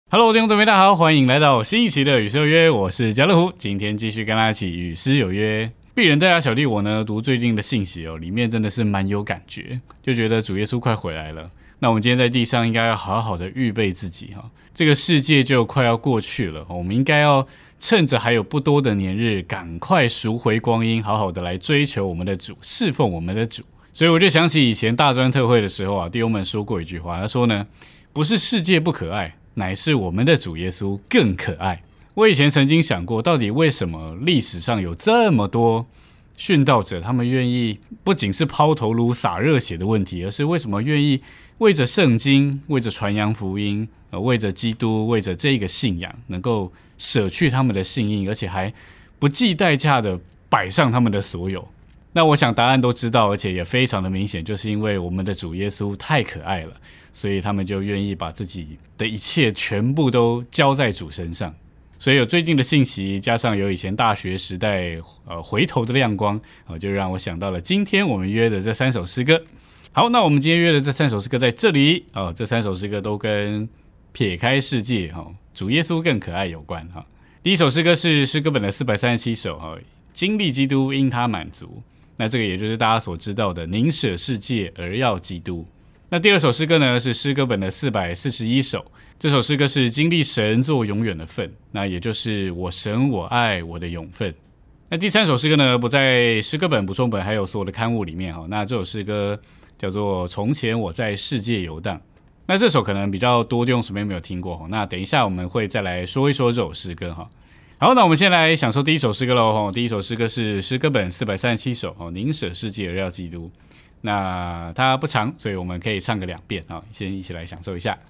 Hello， 弟兄姊妹，大家好，欢迎来到新一期的与诗有约，我是家乐福，今天继续跟大家一起与诗有约。鄙人带大小弟我呢，读最近的信息里面真的是蛮有感觉，就觉得主耶稣快回来了。那我们今天在地上应该要好好的预备自己这个世界就快要过去了，我们应该要趁着还有不多的年日，赶快赎回光阴，好好的来追求我们的主，侍奉我们的主。所以我就想起以前大专特会的时候弟兄们说过一句话，他说呢，不是世界不可爱，乃是我们的主耶稣更可爱。我以前曾经想过，到底为什么历史上有这么多殉道者，他们愿意不仅是抛头颅洒热血的问题，而是为什么愿意为着圣经，为着传扬福音，为着基督，为着这个信仰，能够舍去他们的性命，而且还不计代价的摆上他们的所有。那我想答案都知道，而且也非常的明显，就是因为我们的主耶稣太可爱了，所以他们就愿意把自己的一切全部都交在主身上。所以有最近的信息，加上有以前大学时代回头的亮光，就让我想到了今天我们约的这3首诗歌。好，那我们今天约的这3首诗歌在这里这3首诗歌都跟撇开世界主耶稣更可爱有关第一首诗歌是诗歌本的437首经历基督因他满足，那这个也就是大家所知道的宁舍世界而要基督。那第二首诗歌呢是诗歌本的441首，这首诗歌是经历神做永远的份，那也就是我神我爱我的永分。那第3首诗歌呢不在诗歌本补充本还有所有的刊物里面那这首诗歌叫做从前我在世界游荡。那这首可能比较多弟兄姊妹没有听过那等一下我们会再来说一说这首诗歌好，那我们先来享受第一首诗歌咯第一首诗歌是诗歌本437首宁舍世界而要基督。那它不长，所以我们可以唱个2遍先一起来享受一下。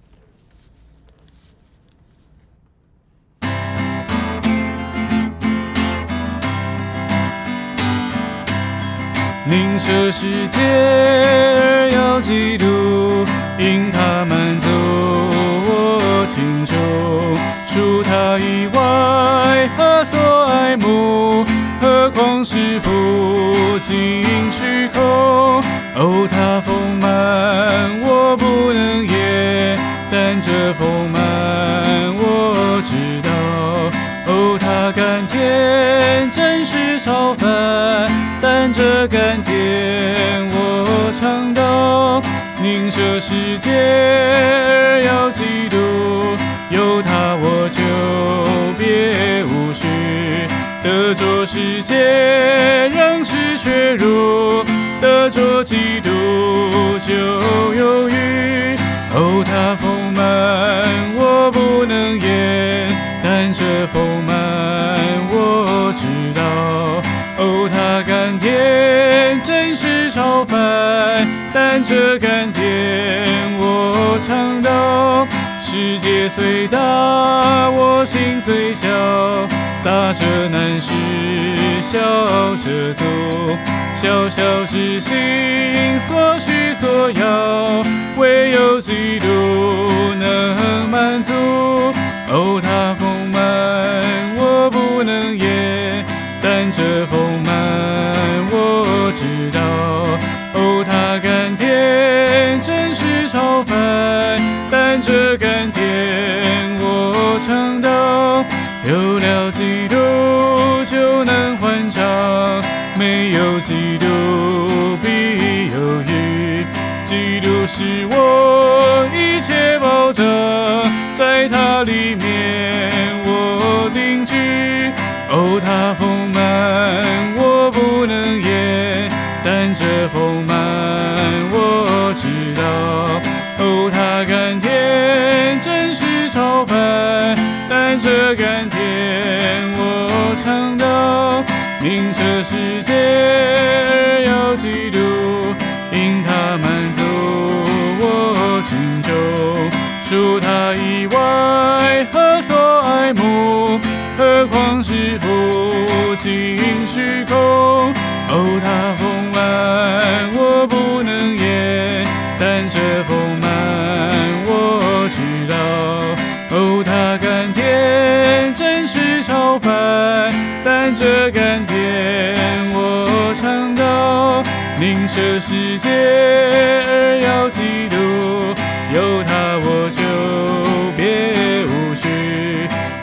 宁舍世界而要基督，因他满足我心中，除他以外何所爱慕，何况是父尽虚空。他丰满我不能言，但这丰满我知道。他甘甜真是超凡，但这甘甜我尝到。宁舍世界而要基督，有他我就别无须。得着世界仍是缺辱，得着基督就有余。他丰满我不能言，但这丰满我知道。他甘甜真是超凡，但这甘甜我尝到。世界虽大我心虽小，大者难事小者足，小小之心所需所要，唯有基督能满足。他丰满我不能言，但这丰满我知道。他甘甜真是超凡，但这甘甜我尝到。有了基督就能欢畅，没有基督必有余。基督是我一切宝藏，在他里面我定居。他丰满我不能言，但这丰满我知道。他甘甜真是超凡，但这甘甜我尝到。宁舍世界而要基督，因他满足我心中，除他以外何所爱慕，何况是父尽虚空。他丰满我不能言，但这丰满我知道。他甘甜真是超凡，但这甘甜我尝到。宁舍世界而要基督，有他我就别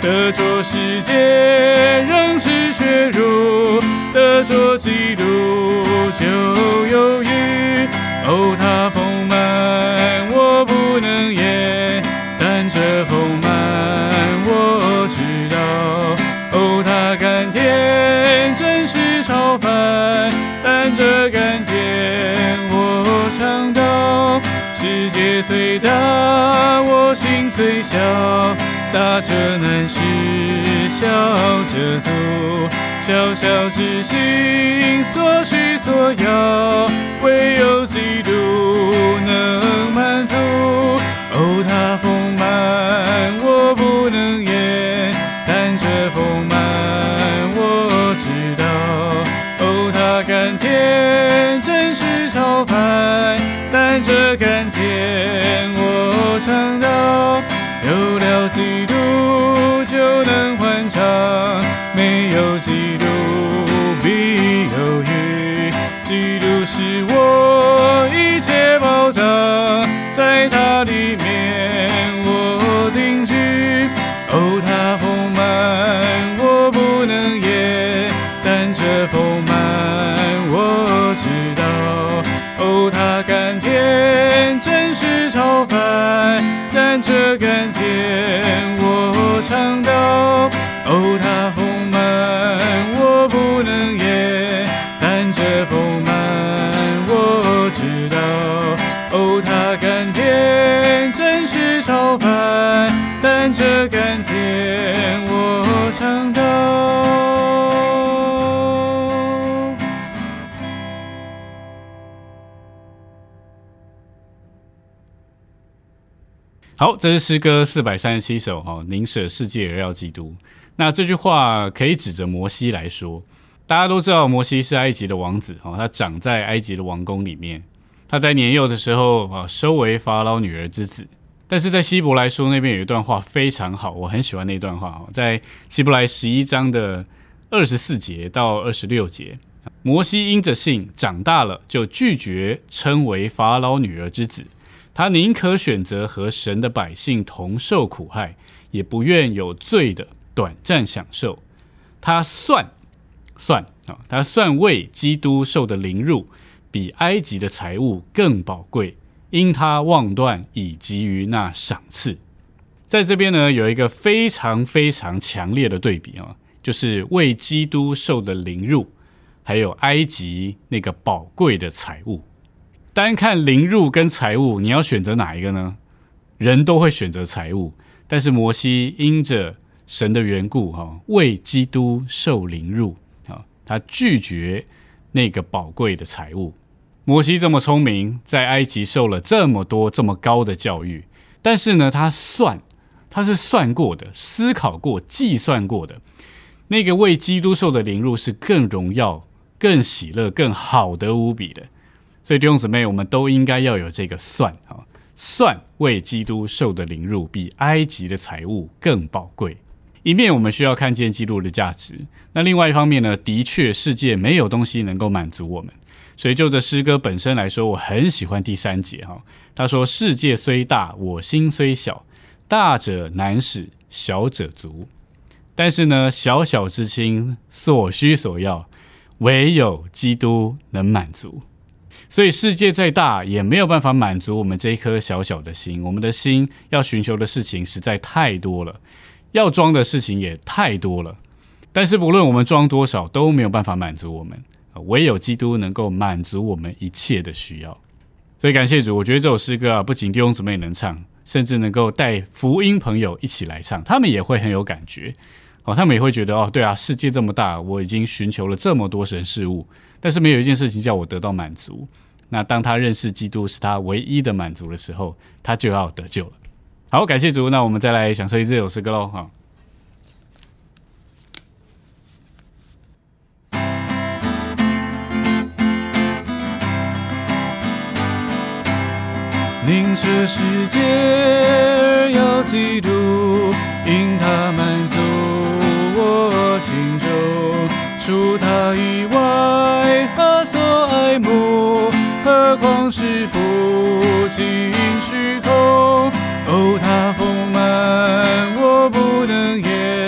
得着世界仍是血辱，得着基督就有余。哦，他丰满我不能言，但这丰满我知道。哦，他甘甜真是超凡，但这甘甜我尝到。世界虽大，我心虽小，大者难事，小者足。小小之心，所需所要，唯有基督能满足。哦，他丰满我不能言，但这丰满我知道。哦，他甘甜真是超凡，但这甘甜我尝到。有了基督就能欢畅，没有基督必有余。基督是我一切宝藏，在他里面我定居。哦，他丰满我不能言，但这丰满我知道。哦，他甘甜真是超凡，但这甘甜我尝到。哦，他丰满我不能言，但这丰满我知道。哦，他甘甜真是超凡，但这甘甜我尝到。好，这是诗歌437首宁舍世界而要基督。那这句话可以指着摩西来说。大家都知道摩西是埃及的王子，他长在埃及的王宫里面。他在年幼的时候收为法老女儿之子。但是在希伯来书那边有一段话非常好，我很喜欢那段话，在希伯来11章的24节到26节。摩西因着信长大了，就拒绝称为法老女儿之子。他宁可选择和神的百姓同受苦害，也不愿有罪的短暂享受。他算为基督受的凌辱，比埃及的财物更宝贵，因他妄断以及于那赏赐。在这边呢，有一个非常非常强烈的对比，就是为基督受的凌辱，还有埃及那个宝贵的财物。单看凌辱跟财物，你要选择哪一个呢？人都会选择财物，但是摩西因着神的缘故，为基督受凌辱，他拒绝那个宝贵的财物。摩西这么聪明，在埃及受了这么多这么高的教育，但是呢，他是算过的，思考过，计算过的。那个为基督受的凌辱是更荣耀、更喜乐、更好得无比的。所以弟兄姊妹，我们都应该要有这个算为基督受的凌辱比埃及的财物更宝贵。一面我们需要看见基督的价值，那另外一方面呢，的确世界没有东西能够满足我们。所以就这诗歌本身来说，我很喜欢第3节，他说世界虽大，我心虽小，大者难使，小者足。但是呢，小小之心所需所要，唯有基督能满足。所以世界再大也没有办法满足我们这一颗小小的心，我们的心要寻求的事情实在太多了，要装的事情也太多了。但是不论我们装多少都没有办法满足我们，唯有基督能够满足我们一切的需要。所以感谢主，我觉得这首诗歌不仅弟兄姊妹能唱，甚至能够带福音朋友一起来唱，他们也会很有感觉，他们也会觉得对啊，世界这么大，我已经寻求了这么多神事物，但是没有一件事情叫我得到满足。那当他认识基督是他唯一的满足的时候，他就要得救了。好，感谢主，那我们再来享受这首诗歌咯。 宁舍世界而要基督，因他满足我心中，除他以外何所爱慕？何况是父亲虚空？哦，他丰满我不能言，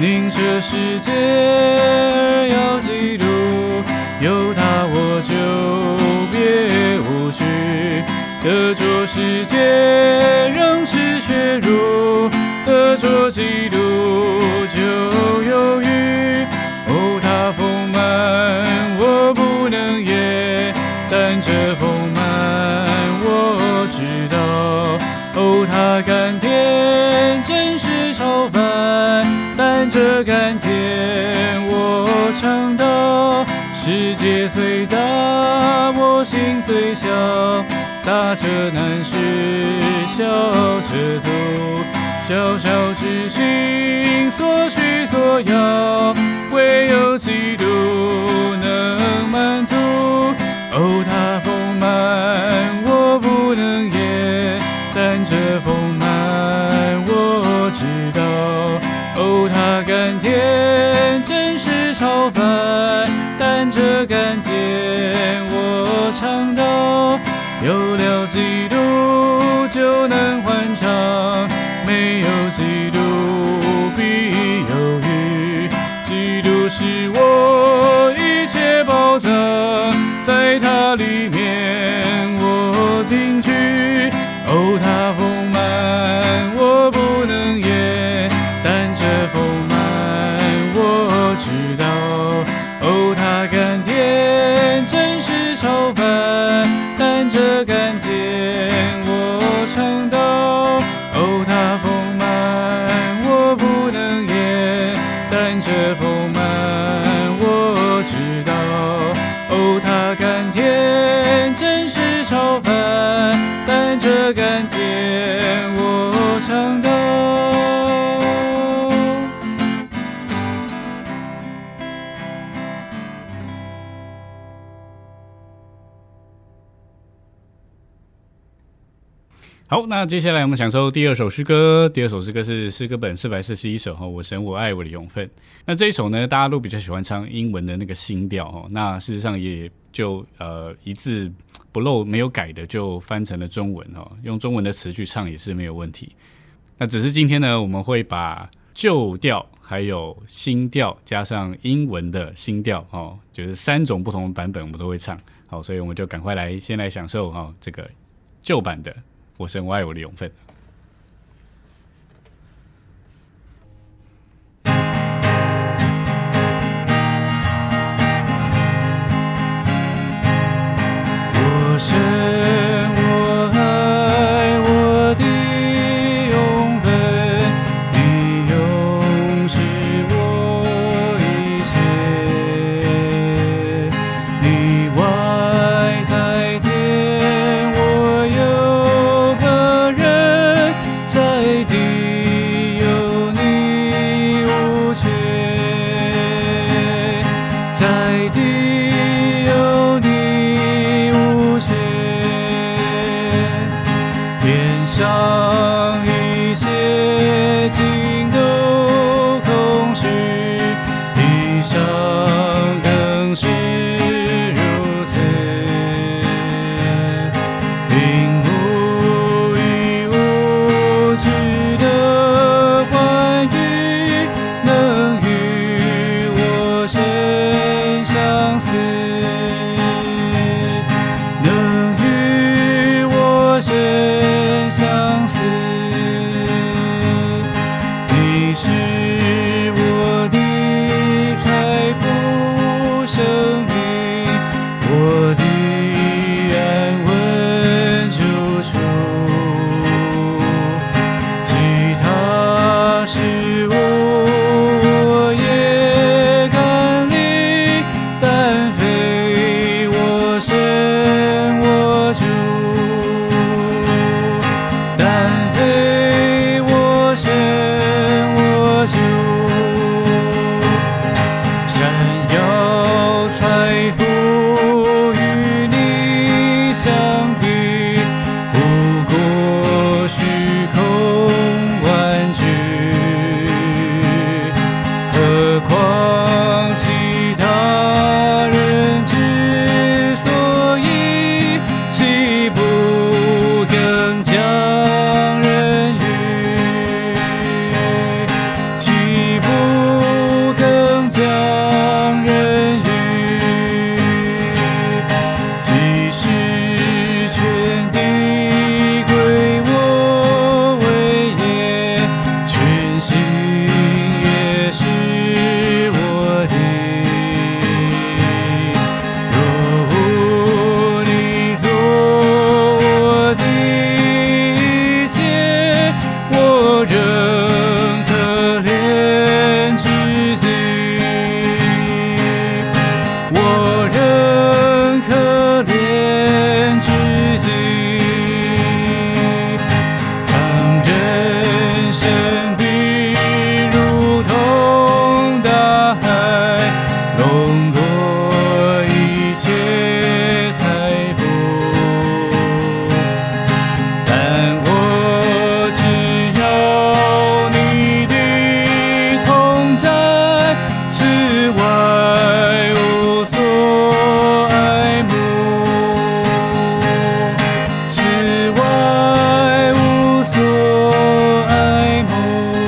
凝视世界而要记录，有它我就别无惧。得着世界仍是血肉，得着基督就有余。哦，它丰满我不能言，但这丰满我知道。哦，它甘甜真是超凡，但这甘甜我尝到。世界最大，我心最小，大者难事，小者足。小小之心，所需所要，唯有基督能满足。哦，它丰满我不能言，但这丰满我知道。哦，它甘甜真是超凡，但这甘甜我尝到。有了基督就能欢畅，没有基督必有余。基督是我一切宝藏，在它里面我定居。哦，它丰满我不能言，但这丰满我知道。哦，它甘甜真是超凡，但这甘甜我尝到。哦，它丰满我不能言，但这丰满我知道。哦，它甘甜真是超凡，但这甘甜我尝到。 好，那接下来我们享受第二首诗歌。第二首诗歌是诗歌本441首我神我爱我的永分。那这一首呢，大家都比较喜欢唱英文的那个新调那事实上也就一字不漏没有改的就翻成了中文用中文的词去唱也是没有问题。那只是今天呢，我们会把旧调还有新调加上英文的新调就是3种不同的版本我们都会唱。好，所以我们就赶快先来享受这个旧版的我神我爱我的永分。 我神我爱我的永分，你永是我一切。你外在天，我有何人？在地有你无缺，在地有你无缺。天上一切尽都空虚，地上更是如此。领悟与无知的欢愉，能与我身相似，能与我身相似。 但我只要你的同在，此外无所爱慕，此外无所爱慕。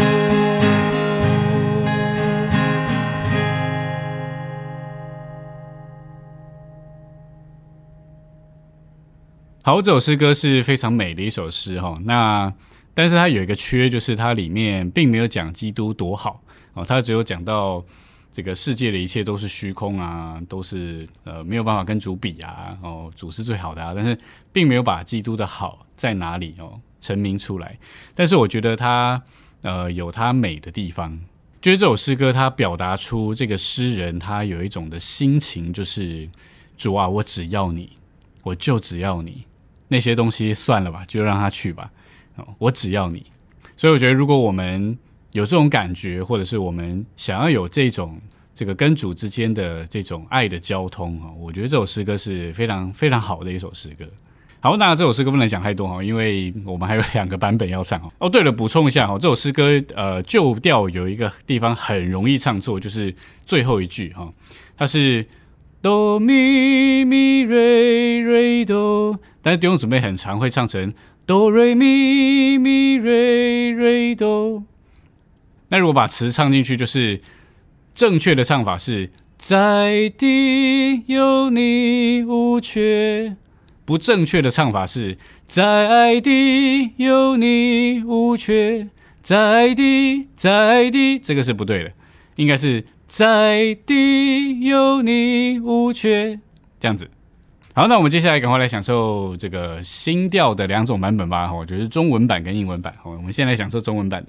好，这首诗歌是非常美的一首诗哈。那但是它有一个缺，就是它里面并没有讲基督多好哦，它只有讲到这个世界的一切都是虚空啊，都是没有办法跟主比啊，哦，主是最好的啊，但是并没有把基督的好在哪里哦陈明出来。但是我觉得它有它美的地方，就是这首诗歌它表达出这个诗人他有一种的心情，就是主啊，我只要你，我就只要你。那些东西算了吧，就让他去吧。我只要你。所以我觉得，如果我们有这种感觉，或者是我们想要有这个跟主之间的这种爱的交通，我觉得这首诗歌是非常非常好的一首诗歌。好，那这首诗歌不能讲太多，因为我们还有2个版本要上。哦，对了，补充一下，这首诗歌旧调有一个地方很容易唱错，就是最后一句，它是哆咪咪瑞瑞哆，但是弟兄姊妹很常会唱成哆瑞咪咪瑞瑞哆。那如果把词唱进去，就是正确的唱法是在地有你无缺，不正确的唱法是在爱地有你无缺，在地，这个是不对的，应该是在地有你无缺，这样子。好，那我们接下来赶快来享受这个新调的2种版本吧，就是中文版跟英文版。我们先来享受中文版的。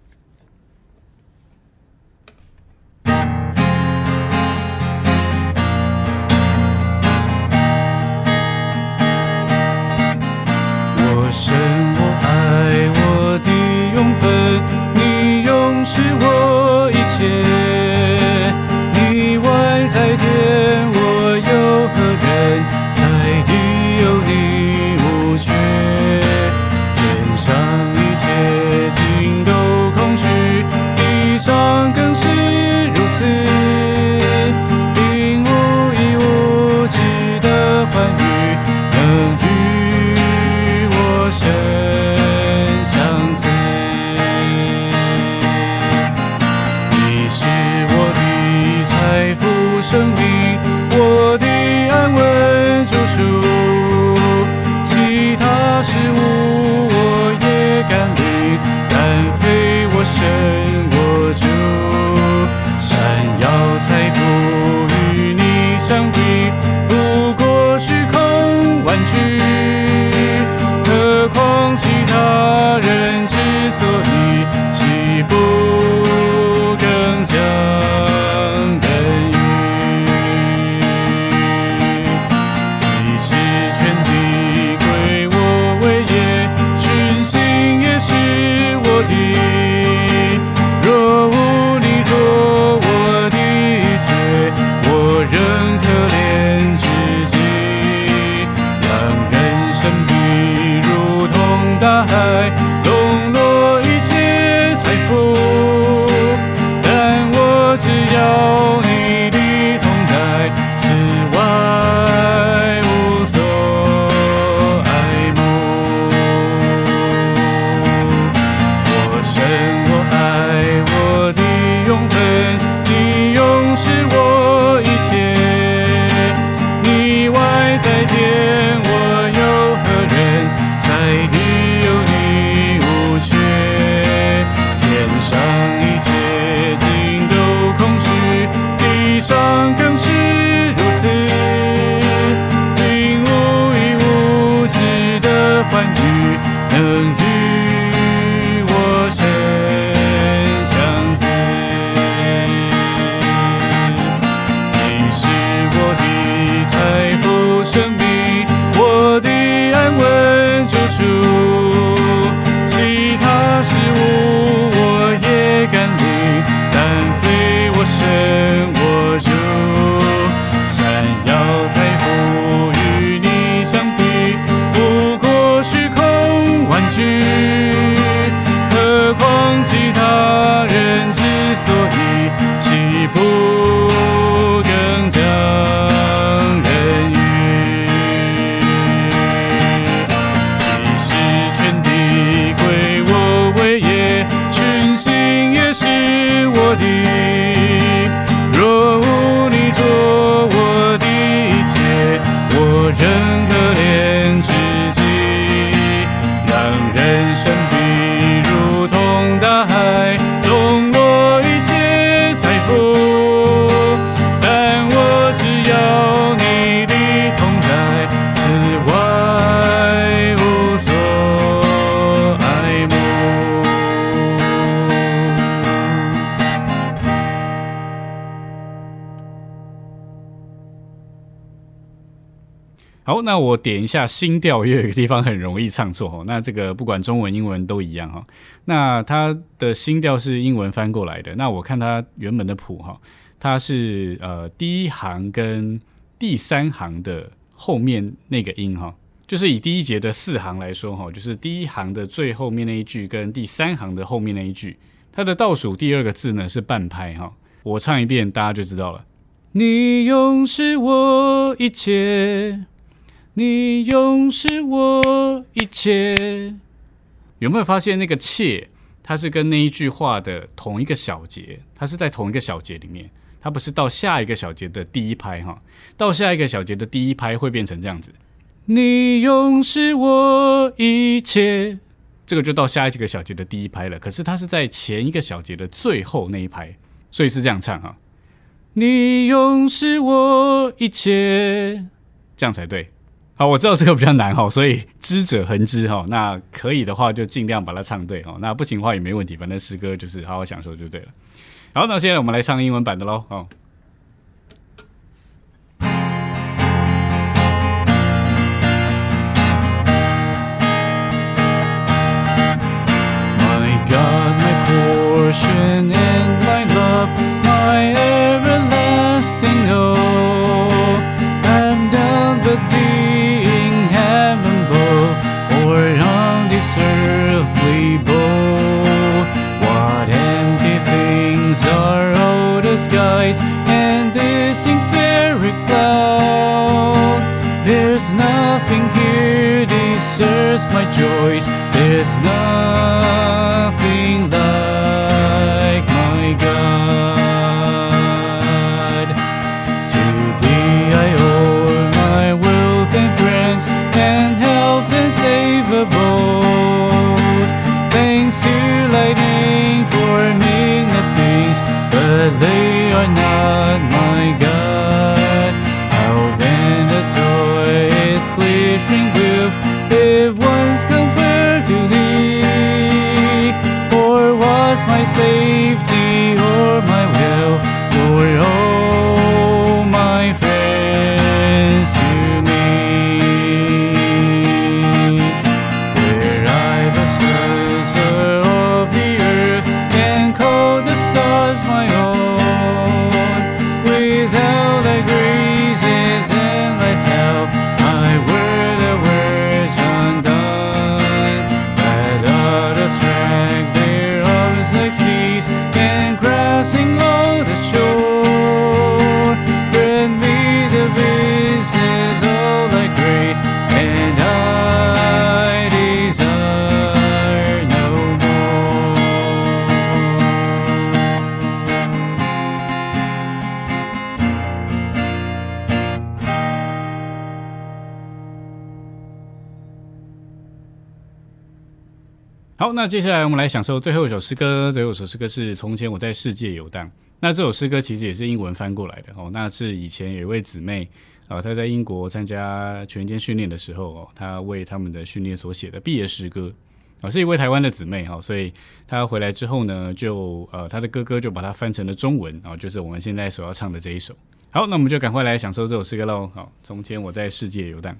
我生我爱我的永分，你永是我一切，你外在天我有何人，在地有你无缺，天上一切尽都空虚，地上更是如此，并无一物值得欢愉，能与我神相似。你是我的财富生命，我的安稳住处，其他事物我也敢领，但非我神我主。闪耀财富与你相比，不过虚空玩具，何况其他人之所以，岂不更相等于？即使全地归我为业，群星也是我的，若无你做我的一切，我仍可怜至极，让人生比如同大海，笼络一切财富，但我只要你的同在，此外无所爱慕。我生我爱我的永分，你永是我一切，你外在天我有何人，在地有你无缺，天上一切尽都空虚，地上更是如此，并无一物值得欢愉，能与我神相似。你是我的财富生命，我的安稳住处，其他事物我也敢领，但非我神我主。闪耀财富与你相比，不过虚空好，那我点一下新调，也有一个地方很容易唱错那这个不管中文英文都一样那它的新调是英文翻过来的，那我看它原本的谱它是第一行跟第三行的后面那个音就是以第一节的4行来说就是第一行的最后面那一句跟第三行的后面那一句，它的倒数第2个字呢是半拍我唱一遍大家就知道了。你永是我一切，你永是我一切。有没有发现那个切它是跟那一句话的同一个小节，它是在同一个小节里面，它不是到下一个小节的第一拍到下一个小节的第一拍会变成这样子，你永是我一切，这个就到下一个小节的第一拍了，可是它是在前一个小节的最后那一拍，所以是这样唱你永是我一切，这样才对。好，我知道这个比较难所以知者恒知那可以的话就尽量把它唱对那不行的话也没问题，反正诗歌就是好好享受就对了。好，那现在我们来唱英文版的咯 My God, my portion and my love, my everlasting hope, I'm done but thee in heaven above, or on this earthly boat. What empty things are all the skies and this fairy cloud? There's nothing here deserves my joys, there's nothing like my God. To thee I owe my wealth and friends and health and save abode. Thanks to lightning for meaner things, but they are not my God. How then a toy is glittering with if one's compared to thee? Or was my safety or my wealth or all my friends to me? Were I the successor of the earth and called the stars my own, without thy graces and thyself I were the words undone, that others drag their arms like seas and crossing all the shore. Grant me the business of thy grace, and I desire no more. 好，那接下来我们来享受最后一首诗歌。最后一首诗歌是《从前我在世界游荡》。那这首诗歌其实也是英文翻过来的那是以前有一位姊妹她在英国参加全天训练的时候她为他们的训练所写的毕业诗歌是一位台湾的姊妹所以她回来之后呢，就她的哥哥就把它翻成了中文就是我们现在所要唱的这一首。好，那我们就赶快来享受这首诗歌咯。好，从前我在世界游荡。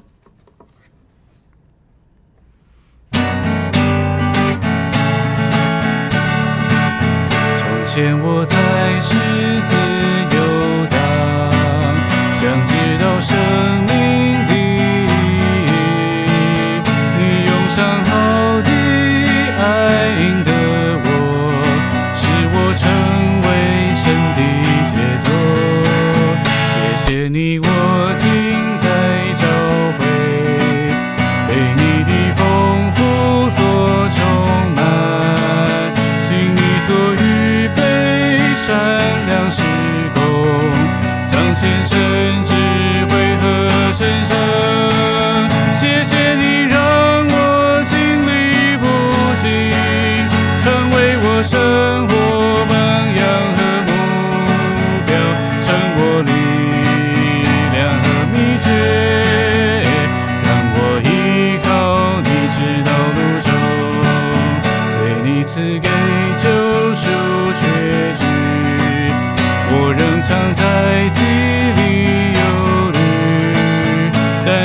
从前我在世界游荡，想知道生命的意义。你用上好的爱引得我，使我成为神的杰作。谢谢你，我今在召会，被你的丰富所充满，请你所预备善良施工，彰显神智慧和神圣。谢谢你让我经历不尽，成为我生活榜样和目标，成我力量和秘诀，让我依靠你直到路中，随你赐给救赎确据，我仍常在激里忧虑，但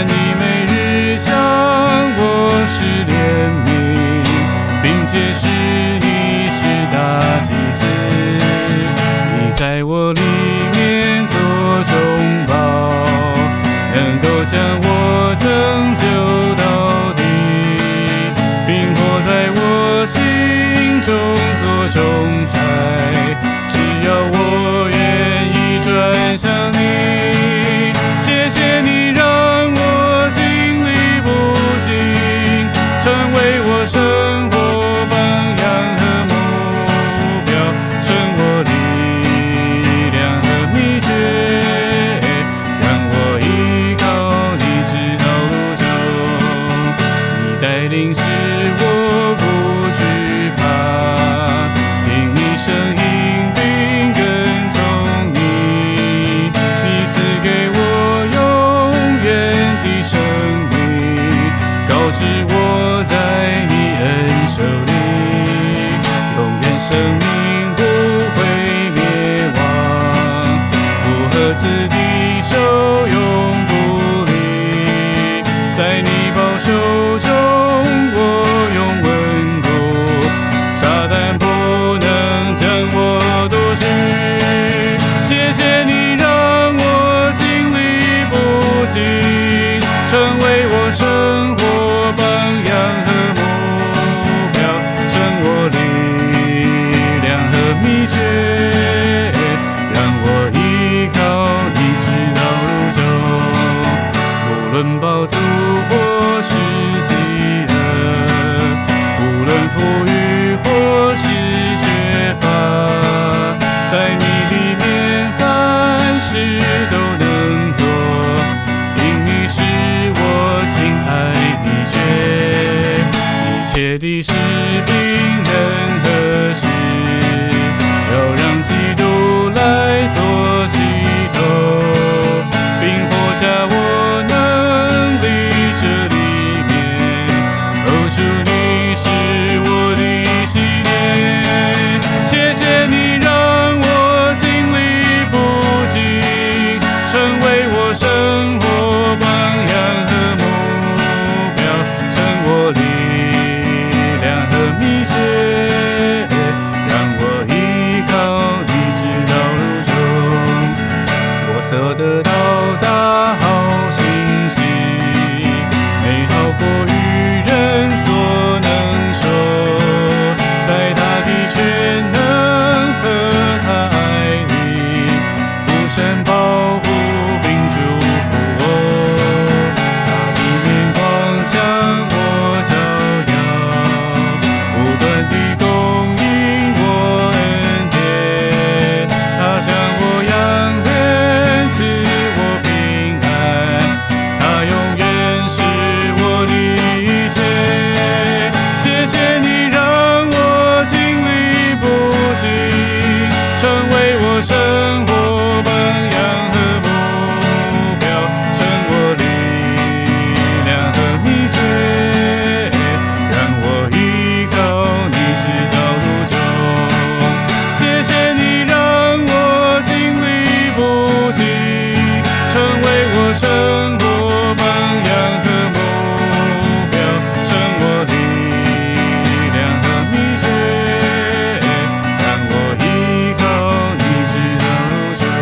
的生活榜样和目标，成我力量和秘诀，让我依靠你直到路中。你带领使我不惧怕，听你声音并跟从你，你赐给我永远的生命，告知我在你恩手里，永远生命不会灭亡，不和自己受永不离，在你保守中我永稳固，撒旦不能将我夺去。谢谢你让我经历不尽，成为我生活榜样和目标，成我力量和秘诀，让我依靠你直到路中。无论饱足或是饥饿，无论富裕或是缺乏，在你里面凡事都能做，因你是我亲爱秘诀。一切的事并任何事，要让基督来做起头，并活加我能力这里面。哦，主你是我的喜念，谢谢你让我经历不尽，成为我生活榜样和目标，成我力量和秘诀，让我依靠你直到路中。我所得到大好信息，美好过于人所能说，在他的全能和他爱里，父神保护并祝福我，他的面光向我照耀，不断地供应我恩典，他向我扬脸赐我平安，他永远是我的一切。谢谢你让我经历不尽，成为我生活榜样和目标，成我力量和秘诀，让我依靠你直到路中。谢谢你让我经历不尽，成为我生活榜样和目标，成我力量和秘诀，让我依靠你直到路中。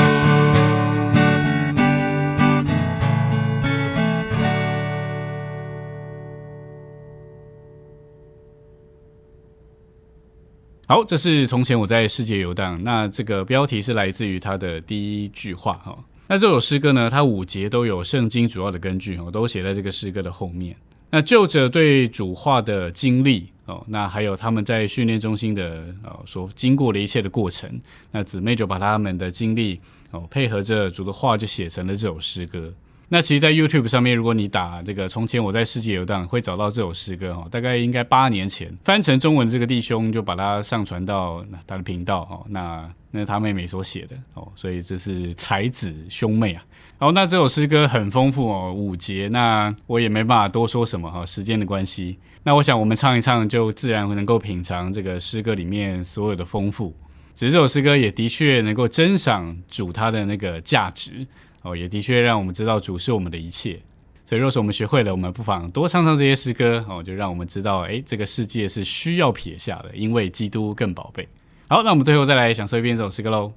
好，这是从前我在世界游荡。那这个标题是来自于他的第一句话哈。那这首诗歌呢，它5节都有圣经主要的根据哦，都写在这个诗歌的后面。那就着对主话的经历哦，那还有他们在训练中心的所经过的一切的过程，那姊妹就把他们的经历哦配合着主的话，就写成了这首诗歌。那其实在 YouTube 上面，如果你打这个从前我在世界游荡，会找到这首诗歌大概应该8年前翻成中文的这个弟兄就把它上传到他的频道那他妹妹所写的所以这是才子兄妹啊。那这首诗歌很丰富5节，那我也没办法多说什么时间的关系。那我想我们唱一唱，就自然能够品尝这个诗歌里面所有的丰富。只是这首诗歌也的确能够珍赏主他的那个价值也的确让我们知道主是我们的一切。所以若是我们学会了，我们不妨多唱唱这些诗歌就让我们知道这个世界是需要撇下的，因为基督更宝贝。好，那我们最后再来享受一遍这首诗歌咯。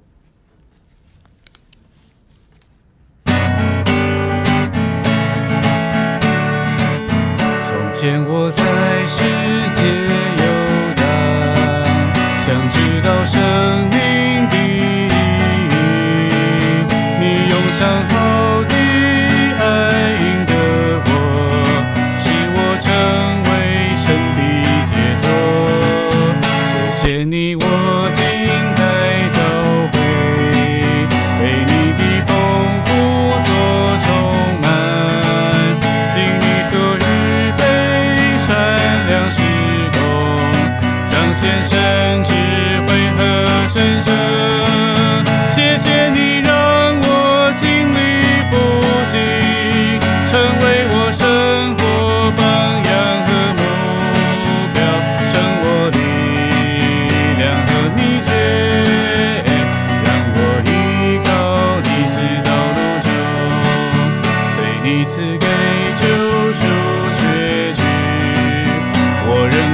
从前我在世界游荡，想知道生命的意义，你用上好的爱引得我，使我成为神的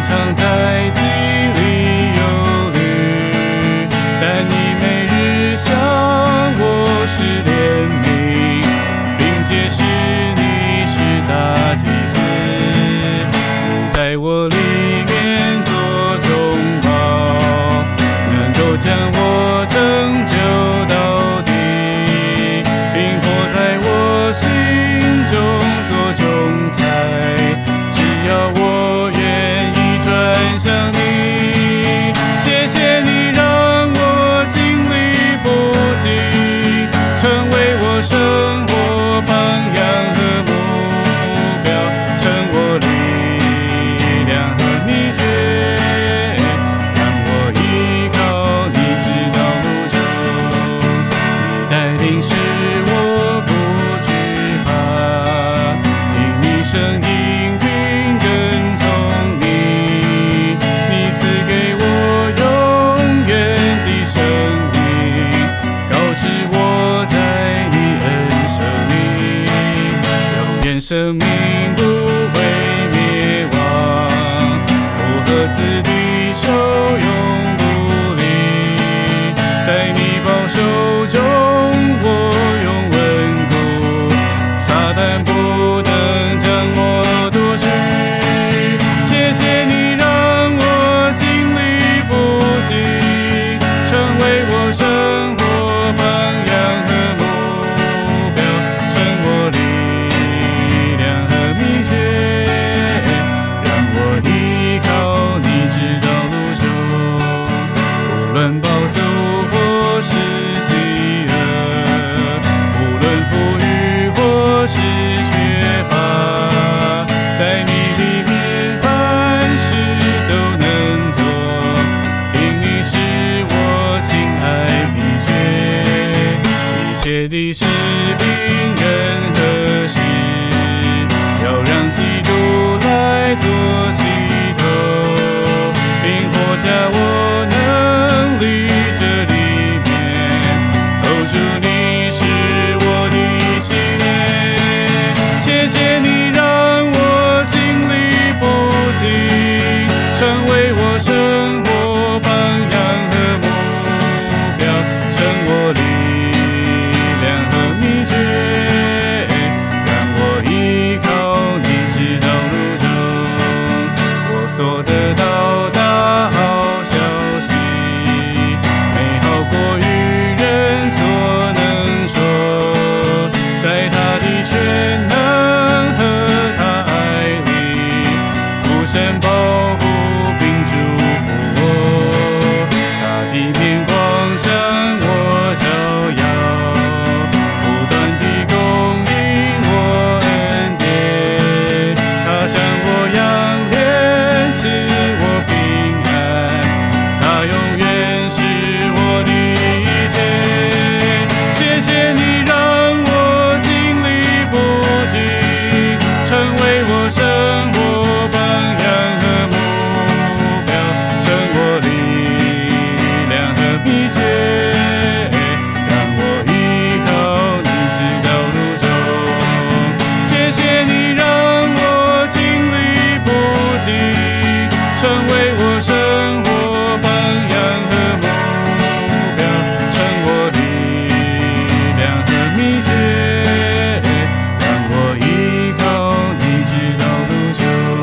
常在记忆里游离，但你每日向我施怜悯，并且是你是大祭司，你在我里面做中保，能够将我拯救到底，并活在我心中做仲裁。只要我愿意转向你，谢谢你让我经历不尽，成为我生活榜样和目标，成我力量和秘诀，让我依靠你直到路中，你带领使我不惧怕，听你声音并跟从你，你赐给我永远的生命，告知我在你恩手里，永远生命不会灭亡，不和子的手永不离，在你保守中我永稳固，撒旦不能将我夺去。谢谢你让我经历不尽，成为我生活榜样和目标，成我力量和秘诀，让我依靠你直到路中，无论暴走或是饥饿，无论富裕或是缺乏，在你里面凡事都能做，因你是我心爱秘诀，一切的事并任何事，要让基督来做起头，并活在我能力这里面，哦，主你是我的喜念，谢谢你让我经历不尽，成为我生活榜样和目标，成我力量和秘诀，让我依靠你直到路中，我所得到大好消息，美好过于人所能说，在他的全能和他爱里，父神保护并祝福我，他的面光向我照耀，不断地供应我恩典，他向我扬脸赐我平安，他永远是我的一切，谢谢你让我经历不尽，成为我生活榜样和目标，成我力量和秘诀，让我依靠你直到路中，谢谢你让我经历不尽，成为我生活榜样和目标，成我力量和秘诀，让我依靠你直到路中。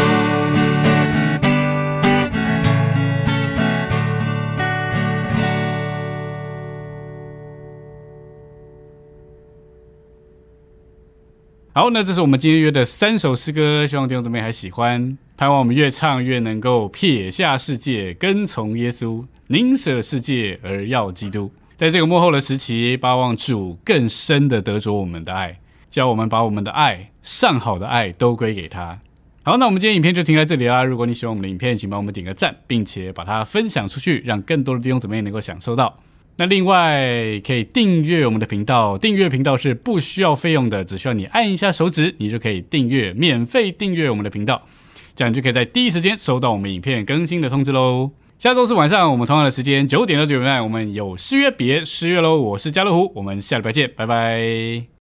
好，那这是我们今天约的3首诗歌，希望弟兄姊妹还喜欢，盼望我们越唱越能够撇下世界，跟从耶稣，宁舍世界而要基督。在这个末后的时期，巴望主更深的得着我们的爱，叫我们把我们的爱，上好的爱都归给他。好，那我们今天影片就停在这里啦。如果你喜欢我们的影片，请帮我们点个赞，并且把它分享出去，让更多的弟兄姊妹能够享受到。那另外可以订阅我们的频道，订阅频道是不需要费用的，只需要你按一下手指，你就可以订阅，免费订阅我们的频道，这样你就可以在第一时间收到我们影片更新的通知咯。下周四晚上我们同样的时间9点到9点半，我们有诗约别诗约咯。我是家乐福，我们下礼拜见，拜拜。